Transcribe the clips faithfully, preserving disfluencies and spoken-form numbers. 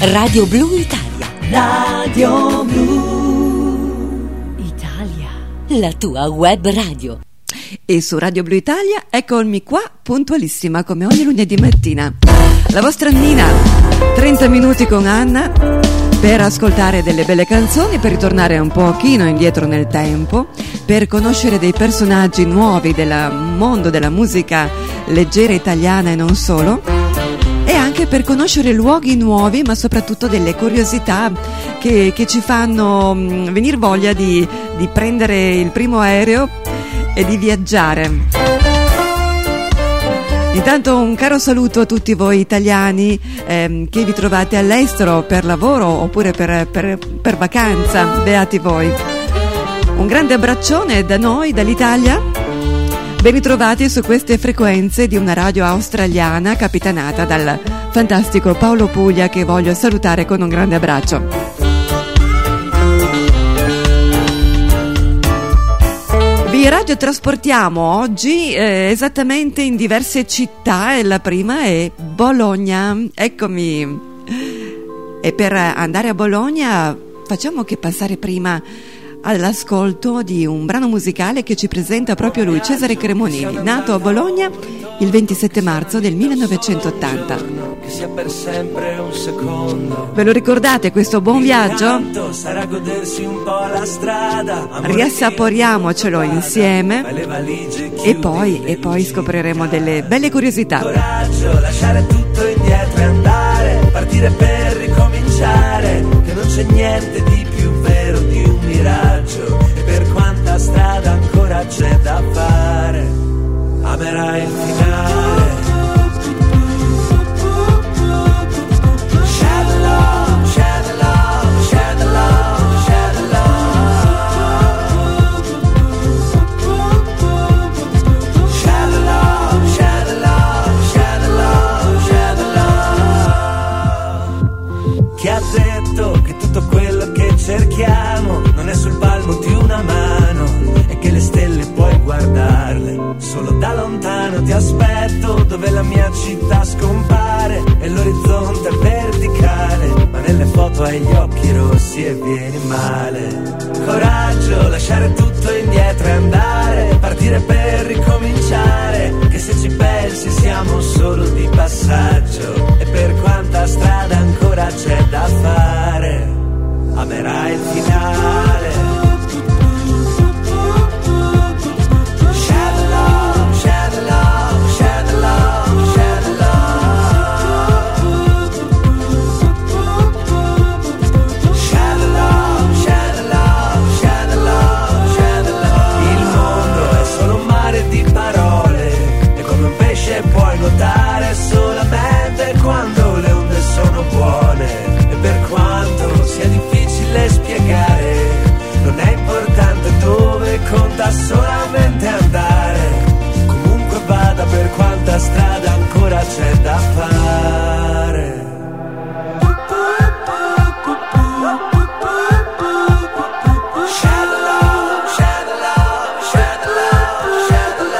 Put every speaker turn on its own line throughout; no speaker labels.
Radio Blu Italia.
Radio Blu Italia.
La tua web radio.
E su Radio Blu Italia eccomi qua, puntualissima come ogni lunedì mattina. La vostra Nina, trenta minuti con Anna per ascoltare delle belle canzoni, per ritornare un pochino indietro nel tempo, per conoscere dei personaggi nuovi del mondo della musica leggera italiana e non solo, e anche per conoscere luoghi nuovi, ma soprattutto delle curiosità che, che ci fanno venire voglia di, di prendere il primo aereo e di viaggiare. Intanto un caro saluto a tutti voi italiani ehm, che vi trovate all'estero per lavoro oppure per, per, per vacanza, beati voi. Un grande abbraccione da noi, dall'Italia. Ben ritrovati su queste frequenze di una radio australiana capitanata dal fantastico Paolo Puglia, che voglio salutare con un grande abbraccio. Vi radiotrasportiamo oggi eh, esattamente in diverse città, e la prima è Bologna. Eccomi. E per andare a Bologna facciamo che passare prima all'ascolto di un brano musicale che ci presenta proprio lui, Cesare Cremonini, nato a Bologna il ventisette marzo del millenovecentottanta.
Che sia per sempre un secondo.
Ve lo ricordate questo buon viaggio?
Sarà godersi un po' la strada.
Riassaporiamocelo insieme e poi, e poi scopriremo delle belle curiosità.
Coraggio, lasciare tutto indietro e andare, partire per ricominciare, che non c'è niente di più vero di un miraggio, e per quanta strada ancora c'è da fare, amerai il finale. Cerchiamo non è sul palmo di una mano, e che le stelle puoi guardarle solo da lontano. Ti aspetto dove la mia città scompare e l'orizzonte è verticale, ma nelle foto hai gli occhi rossi e vieni male. Coraggio, lasciare tutto indietro e andare, partire per ricominciare, che se ci pensi siamo solo di passaggio, e per quanta strada ancora c'è da fare, amerai il finale. Share the love, share the love, share the love, share the love. Share the love, share the love, share the love, share the love. Il mondo è solo un mare di parole, e come un pesce puoi nuotare solamente quando le onde sono buone, e per quanto sia difficile spiegare, non è importante dove, conta solamente andare. Comunque vada, per quanta strada ancora c'è da fare. Share the love, share the love, share the love, share the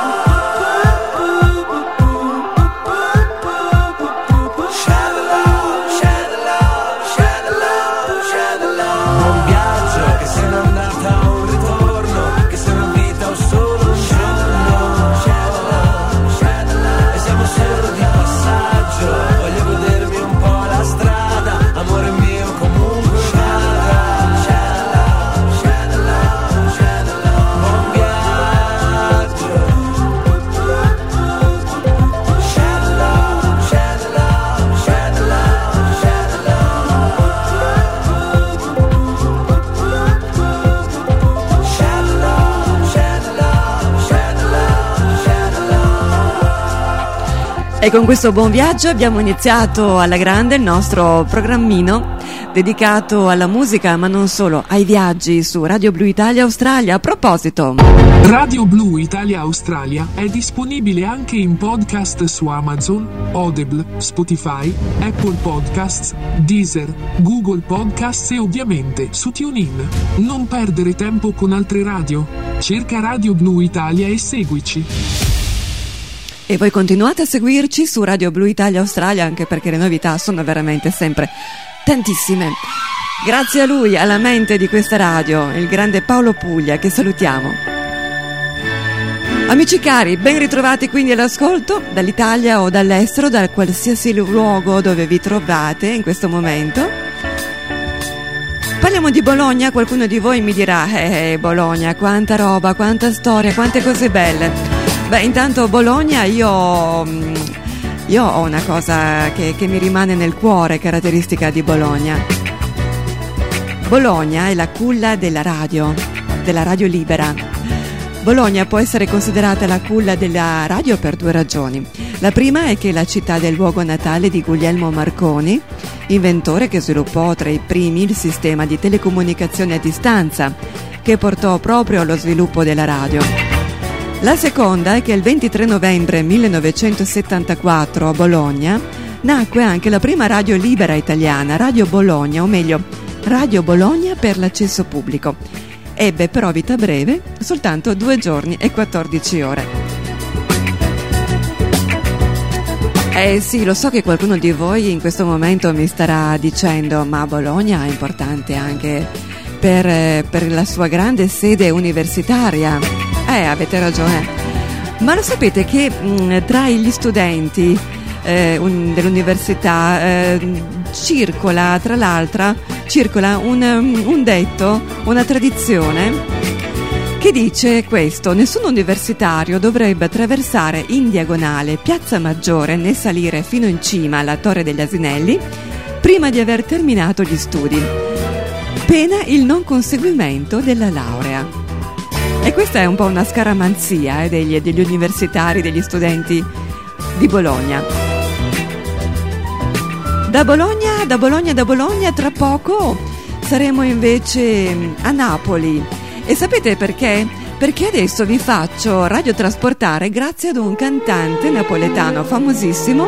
love. Share the love, share the love, share the love, share the love. Un viaggio che sia un'andata o un ritorno, che sia una vita o solo un giorno. Share the love, share the love. E siamo solo di passaggio, voglio godermi un po' la strada, amore mio comunque vada. Share the love, share the love, share the love. Un viaggio. Share the love, share the love, share the love, share the love. Share the love, share the love, share the love, share the love.
E con questo buon viaggio abbiamo iniziato alla grande il nostro programmino dedicato alla musica, ma non solo, ai viaggi su Radio Blu Italia Australia. A proposito,
Radio Blu Italia Australia è disponibile anche in podcast su Amazon, Audible, Spotify, Apple Podcasts, Deezer, Google Podcasts e ovviamente su TuneIn. Non perdere tempo con altre radio. Cerca Radio Blu Italia e seguici.
E voi continuate a seguirci su Radio Blu Italia Australia, anche perché le novità sono veramente sempre tantissime. Grazie a lui, alla mente di questa radio, il grande Paolo Puglia, che salutiamo. Amici cari, ben ritrovati quindi all'ascolto dall'Italia o dall'estero, da qualsiasi luogo dove vi trovate in questo momento. Parliamo di Bologna. Qualcuno di voi mi dirà: eh, Bologna, quanta roba, quanta storia, quante cose belle. Beh, intanto Bologna, io, io ho una cosa che, che mi rimane nel cuore, caratteristica di Bologna. Bologna è la culla della radio, della radio libera. Bologna può essere considerata la culla della radio per due ragioni. La prima è che è la città del luogo natale di Guglielmo Marconi, inventore che sviluppò tra i primi il sistema di telecomunicazione a distanza, che portò proprio allo sviluppo della radio. La seconda è che il ventitré novembre millenovecentosettantaquattro a Bologna nacque anche la prima radio libera italiana, Radio Bologna, o meglio, Radio Bologna per l'accesso pubblico. Ebbe però vita breve, soltanto due giorni e quattordici ore. Eh sì, lo so che qualcuno di voi in questo momento mi starà dicendo: ma Bologna è importante anche per, per la sua grande sede universitaria. Eh, avete ragione. Ma lo sapete che mh, tra gli studenti eh, un, dell'università eh, circola, tra l'altro, circola un, un detto, una tradizione che dice questo: nessun universitario dovrebbe attraversare in diagonale Piazza Maggiore né salire fino in cima alla Torre degli Asinelli prima di aver terminato gli studi, pena il non conseguimento della laurea. E questa è un po' una scaramanzia eh, degli, degli universitari, degli studenti di Bologna. Da Bologna, da Bologna, da Bologna, tra poco saremo invece a Napoli. E sapete perché? Perché adesso vi faccio radiotrasportare grazie ad un cantante napoletano famosissimo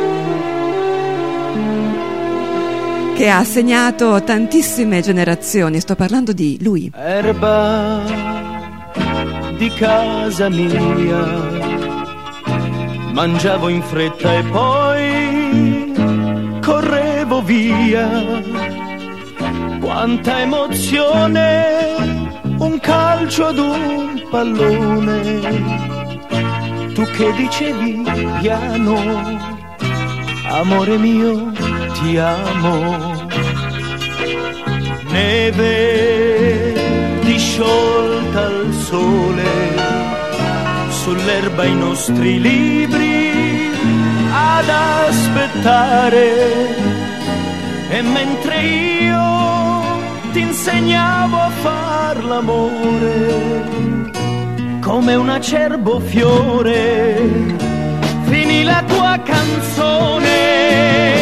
che ha segnato tantissime generazioni. Sto parlando di lui.
Erba di casa mia, mangiavo in fretta e poi correvo via. Quanta emozione, un calcio ad un pallone. Tu che dicevi piano, amore mio, ti amo. Neve disciolta al sole, sull'erba i nostri libri ad aspettare. E mentre io ti insegnavo a far l'amore, come un acerbo fiore, finì la tua canzone.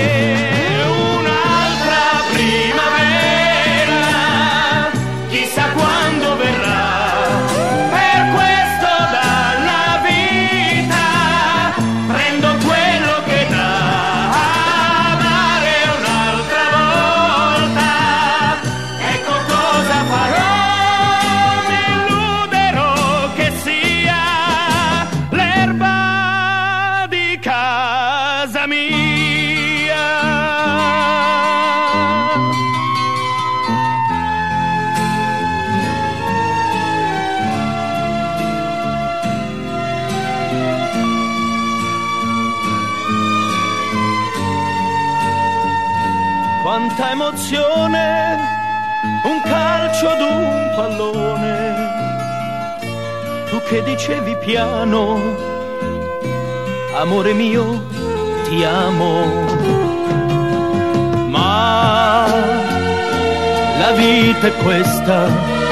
Quanta emozione, un calcio ad un pallone. Tu che dicevi piano, amore mio, ti amo. Ma la vita è questa,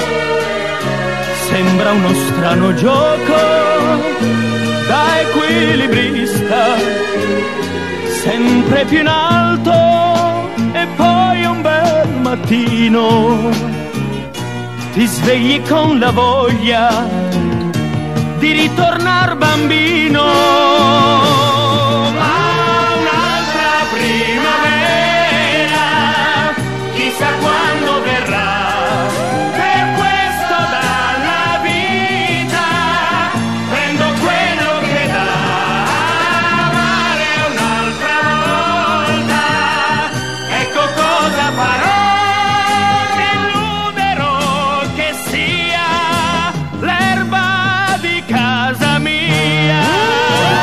sembra uno strano gioco da equilibrista, sempre più in alto. E poi un bel mattino ti svegli con la voglia di ritornar bambino. Ma un'altra primavera, chissà quando verrà. Per questo dalla vita prendo quello che dà.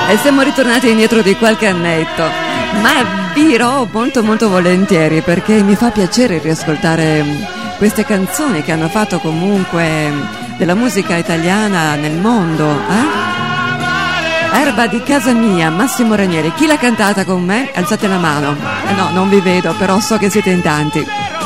E siamo ritornati indietro di qualche annetto, ma vi dirò molto molto volentieri, perché mi fa piacere riascoltare queste canzoni che hanno fatto comunque della musica italiana nel mondo. eh? Erba di casa mia, Massimo Ranieri. Chi l'ha cantata con me? Alzate la mano. Eh no, non vi vedo, però so che siete in tanti.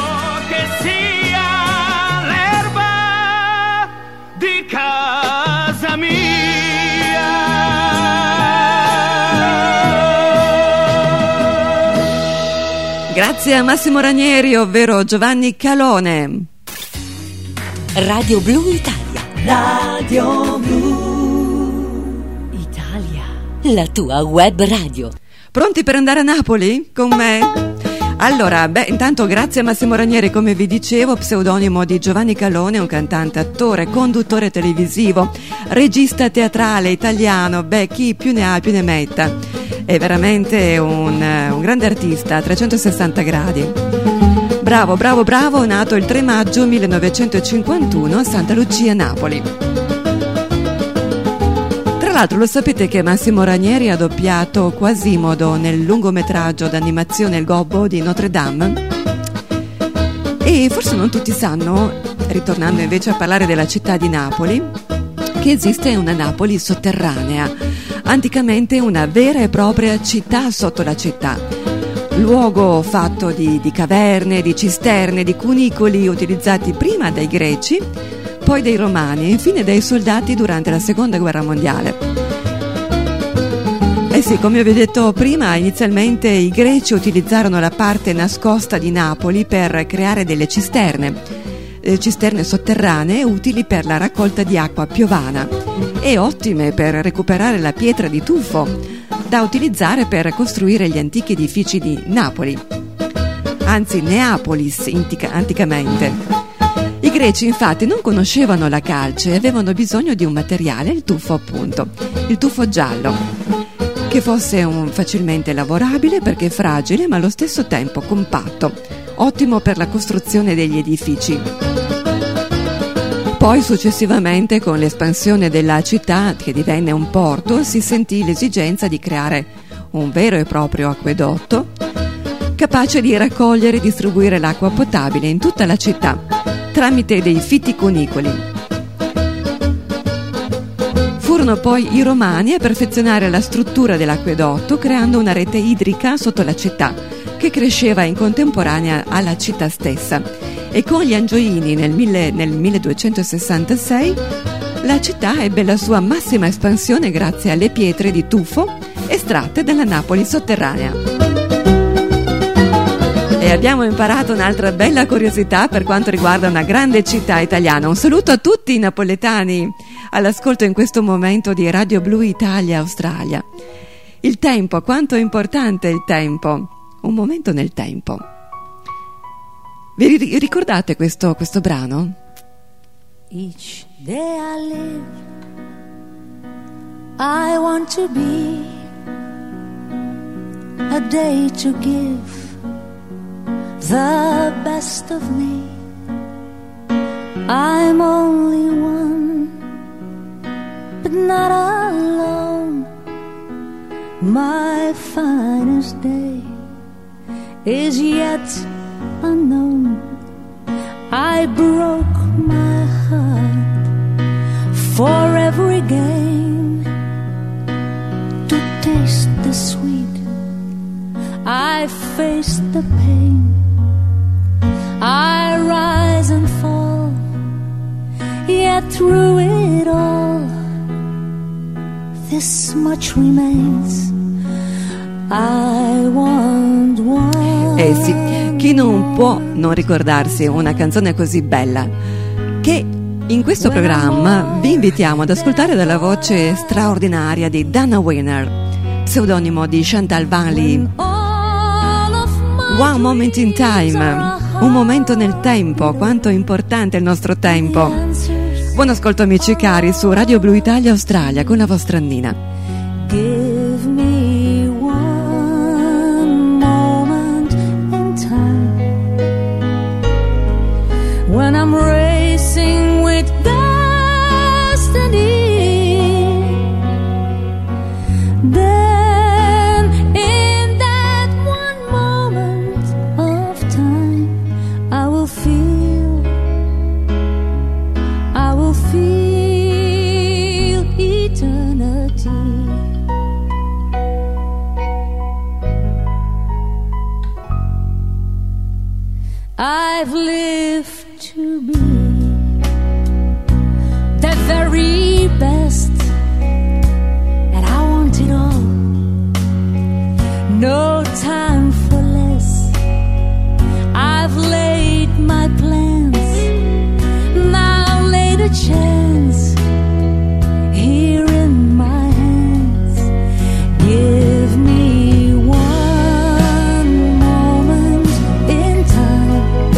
Grazie a Massimo Ranieri, ovvero Giovanni Calone.
Radio Blu Italia.
Radio Blu Italia.
La tua web radio.
Pronti per andare a Napoli con me? Allora, beh, intanto grazie a Massimo Ranieri, come vi dicevo, pseudonimo di Giovanni Calone, un cantante, attore, conduttore televisivo, regista teatrale italiano. Beh, chi più ne ha più ne metta. È veramente un, un grande artista a trecentosessanta gradi. Bravo, bravo, bravo, nato il tre maggio millenovecentocinquantuno a Santa Lucia, Napoli. Tra l'altro lo sapete che Massimo Ranieri ha doppiato Quasimodo nel lungometraggio d'animazione Il Gobbo di Notre Dame? E forse non tutti sanno, ritornando invece a parlare della città di Napoli, che esiste una Napoli sotterranea, anticamente una vera e propria città sotto la città, luogo fatto di, di caverne, di cisterne, di cunicoli utilizzati prima dai greci, poi dai romani e infine dai soldati durante la seconda guerra mondiale. Eh sì, come vi ho detto prima, inizialmente i greci utilizzarono la parte nascosta di Napoli per creare delle cisterne, cisterne sotterranee utili per la raccolta di acqua piovana e ottime per recuperare la pietra di tufo da utilizzare per costruire gli antichi edifici di Napoli, anzi Neapolis anticamente. I greci infatti non conoscevano la calce e avevano bisogno di un materiale, il tufo appunto, il tufo giallo, che fosse un, facilmente lavorabile perché fragile ma allo stesso tempo compatto, ottimo per la costruzione degli edifici. Poi successivamente, con l'espansione della città che divenne un porto, si sentì l'esigenza di creare un vero e proprio acquedotto capace di raccogliere e distribuire l'acqua potabile in tutta la città tramite dei fitti cunicoli. Furono poi i romani a perfezionare la struttura dell'acquedotto creando una rete idrica sotto la città che cresceva in contemporanea alla città stessa. E con gli Angioini nel, mille, nel milleduecentosessantasei la città ebbe la sua massima espansione grazie alle pietre di tufo estratte dalla Napoli sotterranea. E abbiamo imparato un'altra bella curiosità per quanto riguarda una grande città italiana. Un saluto a tutti i napoletani all'ascolto in questo momento di Radio Blu Italia Australia. Il tempo, quanto è importante il tempo. Un momento nel tempo. Vi ricordate questo, questo brano?
Each day I live, I want to be a day to give the best of me. I'm only one, but not alone. My finest day is yet unknown. I broke my heart for every gain to taste the sweet. I faced the pain. I rise and fall, yet through it all, this much remains. I want one.
Eh sì, chi non può non ricordarsi una canzone così bella, che in questo programma vi invitiamo ad ascoltare dalla voce straordinaria di Dana Winner, pseudonimo di Chantal Van Lee. One Moment in Time, un momento nel tempo, quanto è importante il nostro tempo. Buon ascolto amici cari su Radio Blu Italia Australia con la vostra Annina.
Give me one moment in time when I'm racing with destiny. I've lived to be the very best, and I want it all. No time for less. I've laid my plans, now laid a chance here in my hands. Give me one moment in time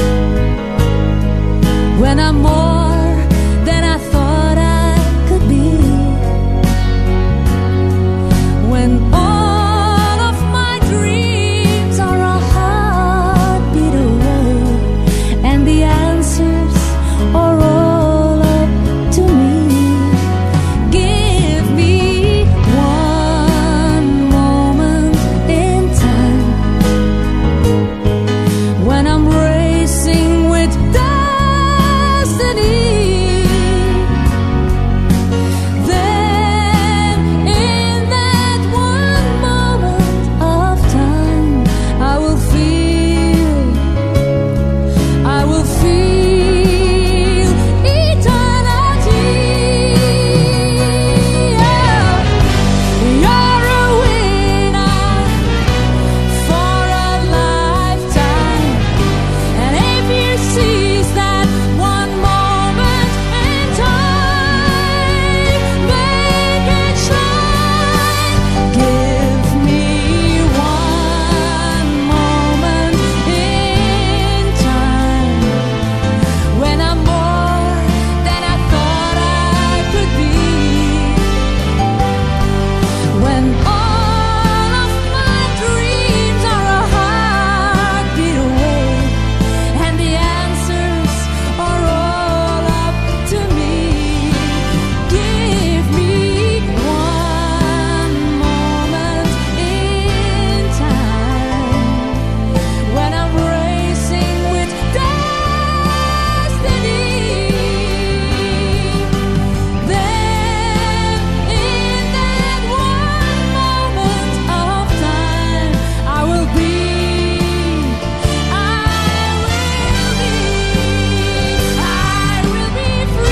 when I'm more than I thought I could be, when all of my dreams are a heartbeat away, and the answers are all up to me. Give me one moment in time when I'm racing with destiny. Then in that one moment of time I will feel, I will feel eternity. Yeah. You're a winner for a lifetime, and if you seize that one moment in time, make it shine. Give me one moment in time when I'm more than I thought I could be, when all of my dreams are a heartbeat away, and the answers are all up to me. Give me one moment in time when I'm racing with destiny. Then in that one moment of time I will be, I will be, I will be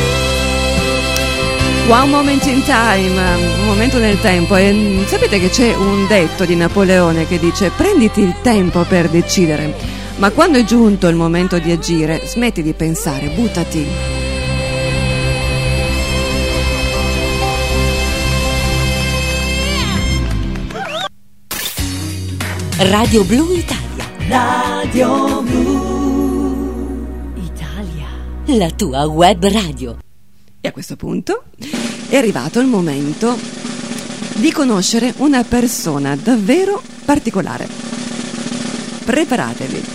free.
One moment in time, un momento nel tempo. E sapete che c'è un detto di Napoleone che dice: prenditi il tempo per decidere, ma quando è giunto il momento di agire, smetti di pensare, buttati.
Radio Blu Italia,
Radio Blu Italia.
la tua web radio.
E a questo punto è arrivato il momento di conoscere una persona davvero particolare. Preparatevi.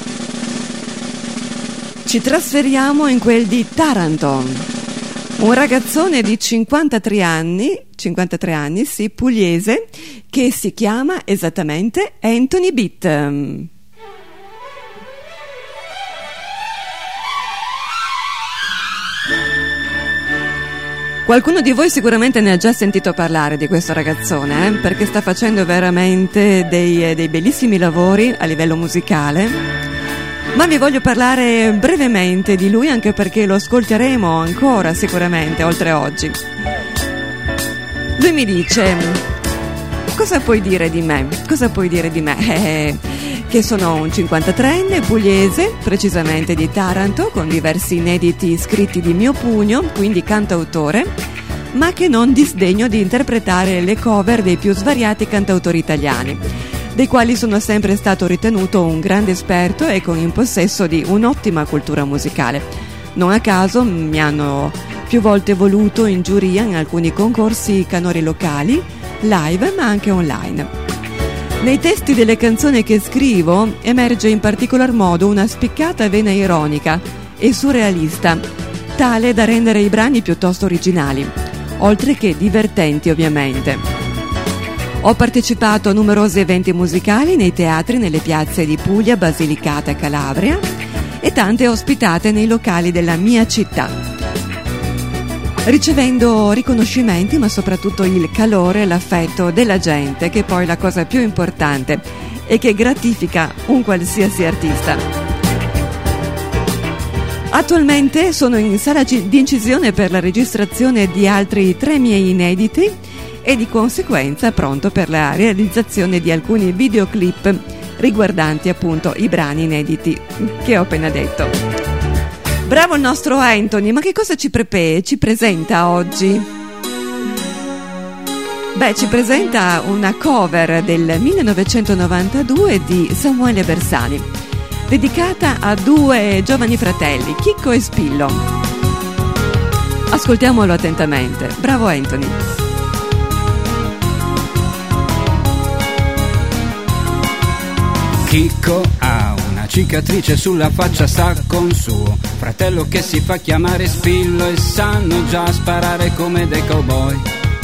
Ci trasferiamo in quel di Taranto. Un ragazzone di cinquantatré anni, cinquantatré anni, sì, pugliese, che si chiama esattamente Anthony Beat. Qualcuno di voi sicuramente ne ha già sentito parlare di questo ragazzone, eh? Perché sta facendo veramente dei, dei bellissimi lavori a livello musicale. Ma vi voglio parlare brevemente di lui, anche perché lo ascolteremo ancora sicuramente, oltre oggi. Lui mi dice: cosa puoi dire di me? Cosa puoi dire di me? Eh, che sono un cinquantatreenne pugliese, precisamente di Taranto, con diversi inediti scritti di mio pugno, quindi cantautore, ma che non disdegno di interpretare le cover dei più svariati cantautori italiani, dei quali sono sempre stato ritenuto un grande esperto e con in possesso di un'ottima cultura musicale. Non a caso mi hanno più volte voluto in giuria in alcuni concorsi canori locali, live ma anche online. Nei testi delle canzoni che scrivo emerge in particolar modo una spiccata vena ironica e surrealista, tale da rendere i brani piuttosto originali, oltre che divertenti ovviamente. Ho partecipato a numerosi eventi musicali nei teatri, nelle piazze di Puglia, Basilicata e Calabria, e tante ospitate nei locali della mia città, ricevendo riconoscimenti, ma soprattutto il calore e l'affetto della gente, che è poi la cosa più importante e che gratifica un qualsiasi artista. Attualmente sono in sala di incisione per la registrazione di altri tre miei inediti e di conseguenza pronto per la realizzazione di alcuni videoclip riguardanti appunto i brani inediti che ho appena detto. Bravo il nostro Anthony, ma che cosa ci, prepe- ci presenta oggi? Beh, ci presenta una cover del millenovecentonovantadue di Samuele Bersani, dedicata a due giovani fratelli, Chicco e Spillo. Ascoltiamolo attentamente. Bravo Anthony.
Chicco ha una cicatrice sulla faccia, sta con suo fratello che si fa chiamare Spillo e sanno già sparare come dei cowboy.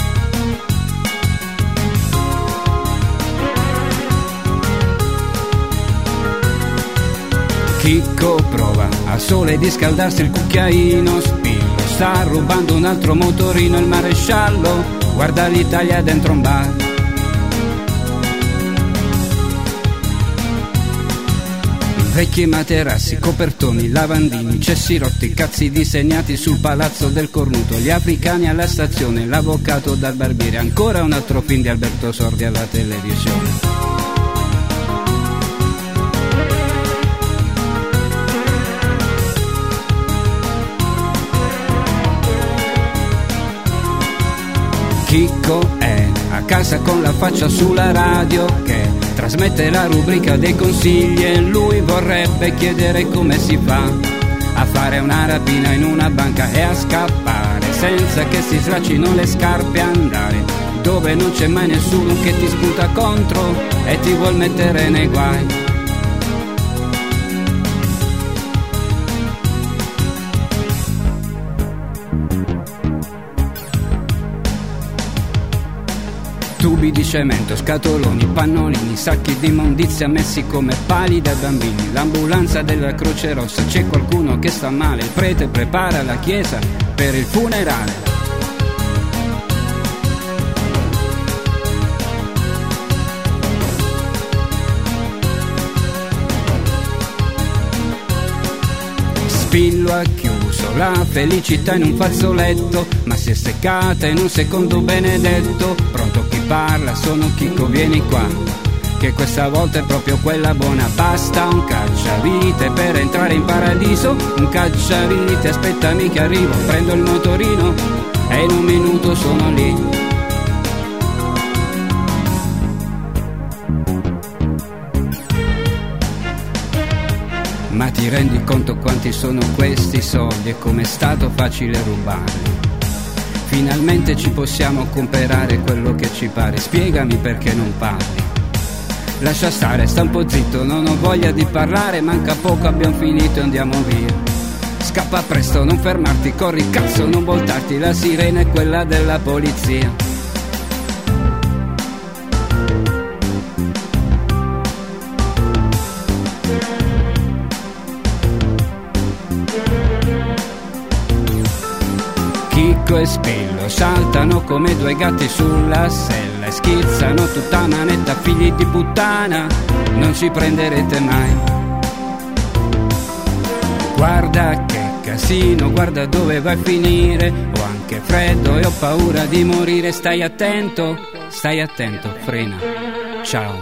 Chicco prova al sole di scaldarsi il cucchiaino, Spillo sta rubando un altro motorino, il maresciallo guarda l'Italia dentro un bar. Vecchi materassi, copertoni, lavandini, cessi rotti, cazzi disegnati sul palazzo del cornuto, gli africani alla stazione, l'avvocato dal barbiere, ancora un altro film di Alberto Sordi alla televisione. Chicco è a casa con la faccia sulla radio che trasmette la rubrica dei consigli e lui vorrebbe chiedere come si fa a fare una rapina in una banca e a scappare senza che si slacino le scarpe, andare dove non c'è mai nessuno che ti sputa contro e ti vuol mettere nei guai. Tubi di cemento, scatoloni, pannolini, sacchi di immondizia messi come pali dai bambini. L'ambulanza della Croce Rossa, c'è qualcuno che sta male, il prete prepara la chiesa per il funerale. Spillo ha chiuso la felicità in un fazzoletto, ma si è seccata in un secondo benedetto. Pronto chi parla, sono Chicco, vieni qua, che questa volta è proprio quella buona. Basta un cacciavite per entrare in paradiso, un cacciavite, aspettami che arrivo, prendo il motorino e in un minuto sono lì. Ma ti rendi conto quanti sono questi soldi e com'è stato facile rubarli? Finalmente ci possiamo comprare quello che ci pare, spiegami perché non parli. Lascia stare, sta un po' zitto, non ho voglia di parlare, manca poco, abbiamo finito e andiamo via. Scappa presto, non fermarti, corri cazzo, non voltarti, la sirena è quella della polizia. Chicco e Spillo saltano come due gatti sulla sella e schizzano tutta manetta, figli di puttana, non ci prenderete mai. Guarda che casino, guarda dove vai a finire, ho anche freddo e ho paura di morire, stai attento, stai attento, frena, ciao.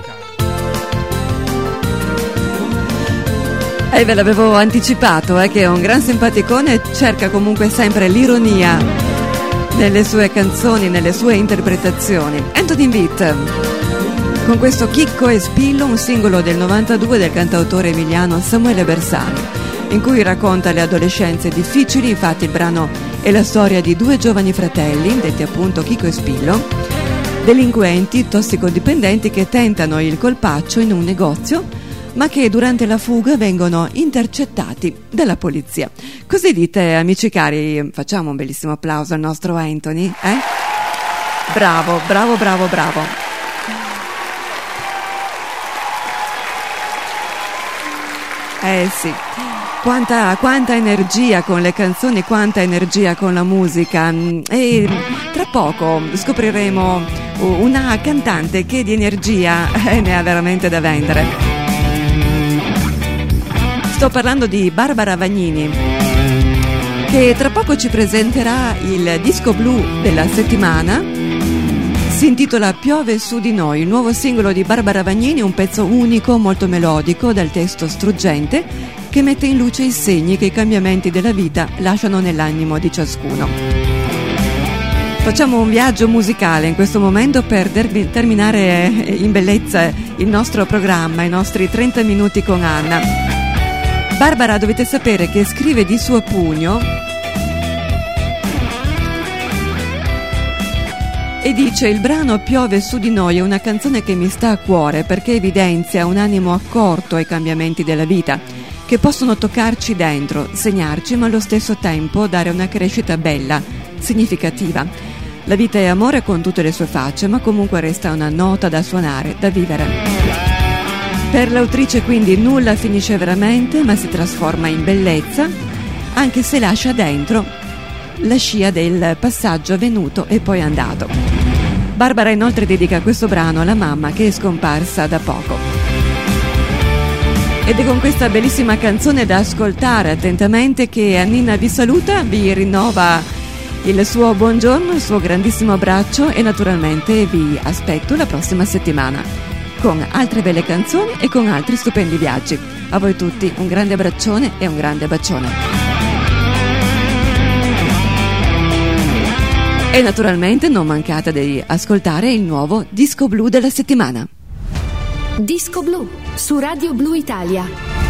E eh, ve l'avevo anticipato, eh, che è un gran simpaticone, cerca comunque sempre l'ironia nelle sue canzoni, nelle sue interpretazioni. Anthony Beat, con questo Chicco e Spillo, un singolo del novantadue del cantautore emiliano Samuele Bersani, in cui racconta le adolescenze difficili. Infatti il brano è la storia di due giovani fratelli, detti appunto Chicco e Spillo, delinquenti tossicodipendenti che tentano il colpaccio in un negozio, ma che durante la fuga vengono intercettati dalla polizia. Così dite, amici cari, facciamo un bellissimo applauso al nostro Anthony, eh? Bravo, bravo, bravo, bravo. Eh sì, quanta, quanta energia con le canzoni, quanta energia con la musica. E tra poco scopriremo una cantante che di energia ne ha veramente da vendere. Sto parlando di Barbara Vagnini. che tra poco ci presenterà il disco blu della settimana. Si intitola Piove su di noi, il nuovo singolo di Barbara Vagnini, un pezzo unico, molto melodico, dal testo struggente, che mette in luce i segni che i cambiamenti della vita lasciano nell'animo di ciascuno. Facciamo un viaggio musicale in questo momento per der- terminare in bellezza il nostro programma, i nostri trenta minuti con Anna. Barbara, dovete sapere che scrive di suo pugno e dice: il brano Piove su di noi è una canzone che mi sta a cuore perché evidenzia un animo accorto ai cambiamenti della vita, che possono toccarci dentro, segnarci, ma allo stesso tempo dare una crescita bella, significativa. La vita è amore con tutte le sue facce, ma comunque resta una nota da suonare, da vivere. Per l'autrice quindi nulla finisce veramente, ma si trasforma in bellezza, anche se lascia dentro la scia del passaggio avvenuto e poi andato. Barbara inoltre dedica questo brano alla mamma che è scomparsa da poco. Ed è con questa bellissima canzone da ascoltare attentamente che Annina vi saluta, vi rinnova il suo buongiorno, il suo grandissimo abbraccio e naturalmente vi aspetto la prossima settimana con altre belle canzoni e con altri stupendi viaggi. A voi tutti un grande abbraccione e un grande bacione. E naturalmente non mancate di ascoltare il nuovo disco blu della settimana.
Disco blu su Radio Blu Italia.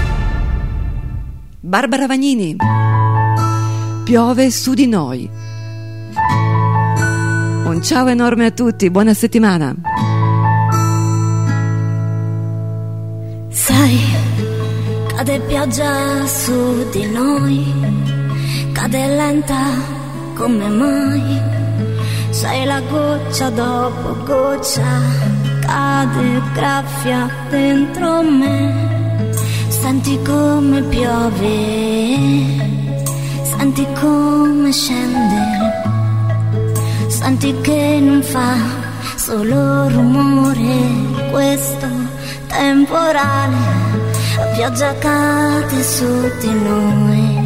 Barbara Vagnini, Piove su di noi. Un ciao enorme a tutti, buona settimana.
Sai, cade pioggia su di noi, cade lenta come mai. Sei la goccia dopo goccia, cade graffia dentro me. Senti come piove, senti come scende, senti che non fa solo rumore questo temporale. La pioggia cade su di noi.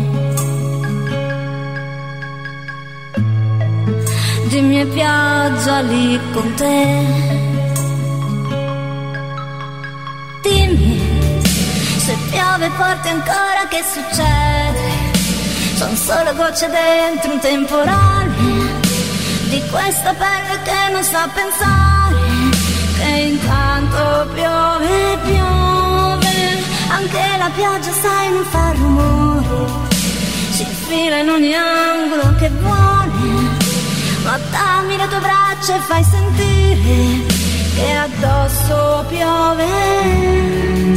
Dimmi, è pioggia lì con te? Dimmi, se piove forte ancora che succede? Sono solo gocce dentro un temporale, di questa pelle che non sa pensare, che intanto piove, piove. Anche la pioggia sai non fa rumore, si infila in ogni angolo che vuole. Ma dammi le tue braccia e fai sentire che addosso piove.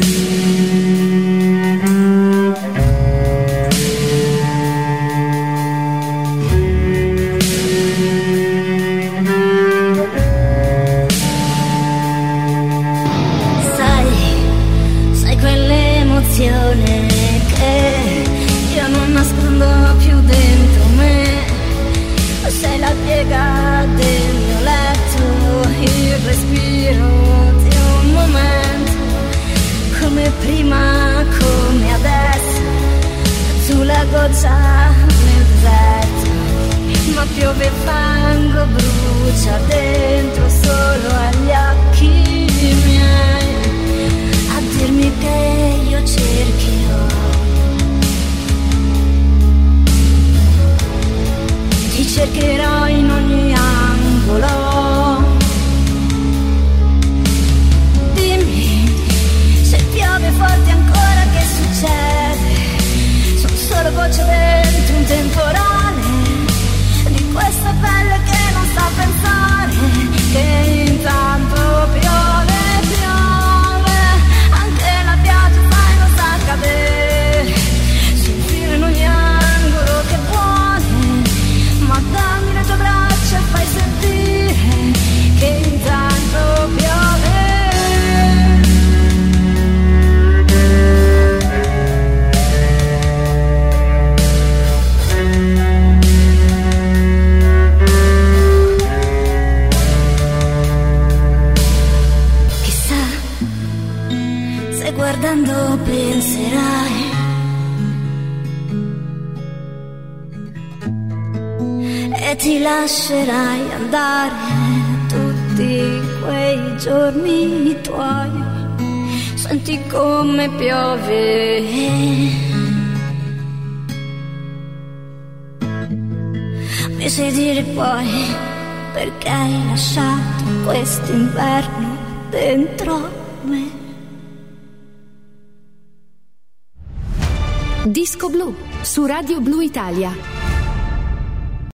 Che io non nascondo più dentro me. Sei la piega del mio letto, il respiro di un momento, come prima, come adesso, sulla goccia nel deserto. Ma piove fango, brucia dentro solo agli occhi miei, a dirmi che io cercherò, ti cercherò in ogni angolo. Dimmi, se piove forte ancora che succede? Sono solo gocce dentro un temporale, di questa pelle che non sa pensare, che intanto piove, piove. Anche la pioggia sai non sa cadere, si infila in ogni angolo che vuole. Ma dammi le tue braccia e fai sentire che intanto piove. Chissà se guardando penserai che ti lascerai andare tutti quei giorni tuoi. Senti come piove, mi sai dire poi perché hai lasciato quest'inverno dentro me?
Disco Blu su Radio Blu Italia.